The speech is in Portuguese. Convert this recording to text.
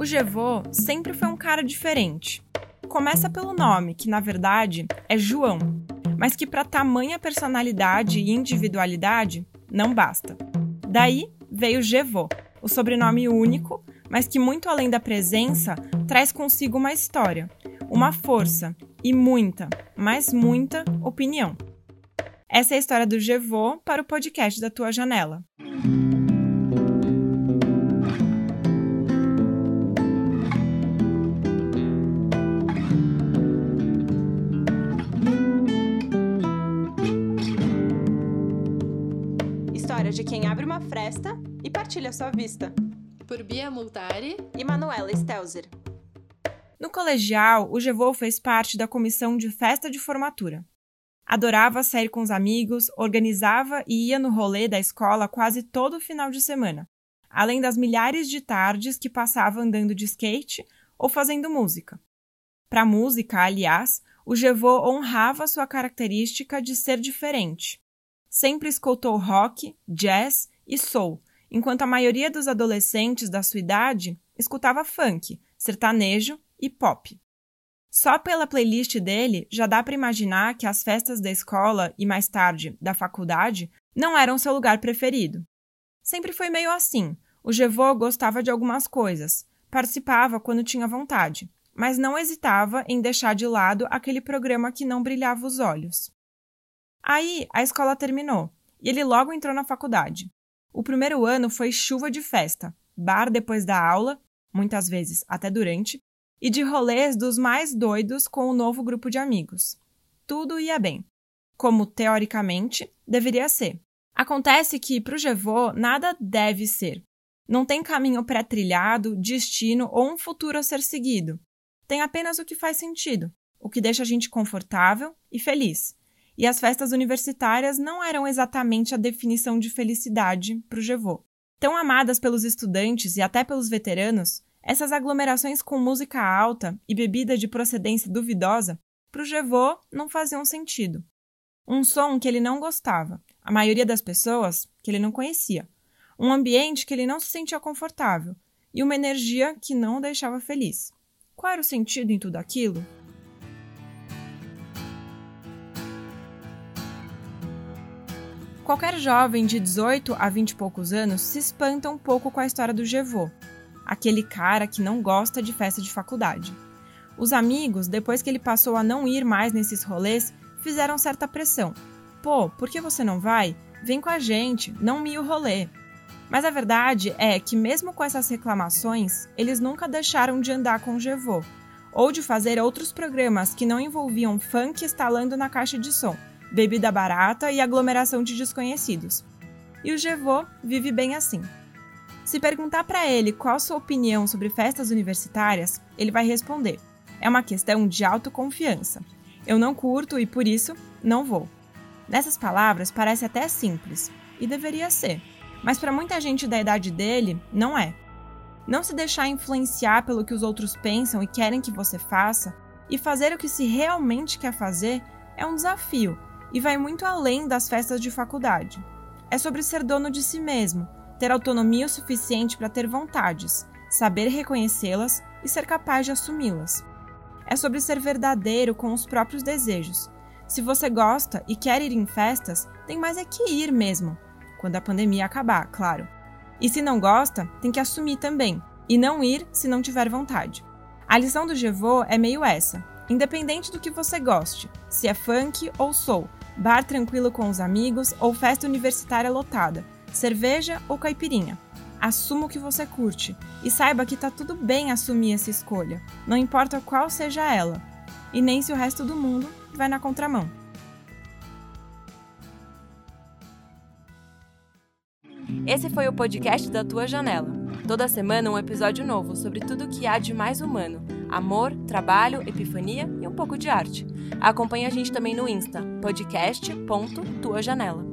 O Gevô sempre foi um cara diferente. Começa pelo nome, que na verdade é João, mas que para tamanha personalidade e individualidade não basta. Daí veio Gevô, o sobrenome único, mas que muito além da presença, traz consigo uma história, uma força e muita, mas muita opinião. Essa é a história do Gevô para o podcast da Tua Janela. História de quem abre uma fresta e partilha sua vista. Por Bia Multari e Manuela Stelzer. No colegial, o Gevô fez parte da comissão de festa de formatura. Adorava sair com os amigos, organizava e ia no rolê da escola quase todo final de semana, além das milhares de tardes que passava andando de skate ou fazendo música. Para música, aliás, o Gevô honrava sua característica de ser diferente. Sempre escutou rock, jazz e soul, enquanto a maioria dos adolescentes da sua idade escutava funk, sertanejo e pop. Só pela playlist dele já dá para imaginar que as festas da escola e mais tarde da faculdade não eram seu lugar preferido. Sempre foi meio assim. O Gevô gostava de algumas coisas, participava quando tinha vontade, mas não hesitava em deixar de lado aquele programa que não brilhava os olhos. Aí a escola terminou e ele logo entrou na faculdade. O primeiro ano foi chuva de festa, bar depois da aula, muitas vezes até durante, e de rolês dos mais doidos com o novo grupo de amigos. Tudo ia bem, como teoricamente deveria ser. Acontece que para o Gevô nada deve ser. Não tem caminho pré-trilhado, destino ou um futuro a ser seguido. Tem apenas o que faz sentido, o que deixa a gente confortável e feliz. E as festas universitárias não eram exatamente a definição de felicidade para o Gevô. Tão amadas pelos estudantes e até pelos veteranos, essas aglomerações com música alta e bebida de procedência duvidosa, para o Gevô não faziam sentido. Um som que ele não gostava, a maioria das pessoas que ele não conhecia, um ambiente que ele não se sentia confortável e uma energia que não o deixava feliz. Qual era o sentido em tudo aquilo? Qualquer jovem de 18 a 20 e poucos anos se espanta um pouco com a história do Gevô, aquele cara que não gosta de festa de faculdade. Os amigos, depois que ele passou a não ir mais nesses rolês, fizeram certa pressão. Pô, por que você não vai? Vem com a gente, não mia o rolê. Mas a verdade é que mesmo com essas reclamações, eles nunca deixaram de andar com o Gevô, ou de fazer outros programas que não envolviam funk estalando na caixa de som, bebida barata e aglomeração de desconhecidos. E o Gevô vive bem assim. Se perguntar para ele qual sua opinião sobre festas universitárias, ele vai responder: é uma questão de autoconfiança. Eu não curto e, por isso, não vou. Nessas palavras parece até simples, e deveria ser, mas para muita gente da idade dele, não é. Não se deixar influenciar pelo que os outros pensam e querem que você faça, e fazer o que se realmente quer fazer, é um desafio, e vai muito além das festas de faculdade. É sobre ser dono de si mesmo, ter autonomia o suficiente para ter vontades, saber reconhecê-las e ser capaz de assumi-las. É sobre ser verdadeiro com os próprios desejos. Se você gosta e quer ir em festas, tem mais é que ir mesmo, quando a pandemia acabar, claro. E se não gosta, tem que assumir também, e não ir se não tiver vontade. A lição do Gevô é meio essa: independente do que você goste, se é funk ou soul, bar tranquilo com os amigos ou festa universitária lotada, cerveja ou caipirinha. Assuma o que você curte e saiba que tá tudo bem assumir essa escolha, não importa qual seja ela, e nem se o resto do mundo vai na contramão. Esse foi o podcast da Tua Janela. Toda semana um episódio novo sobre tudo o que há de mais humano: amor, trabalho, epifania e um pouco de arte. Acompanhe a gente também no Insta, podcast.tuajanela.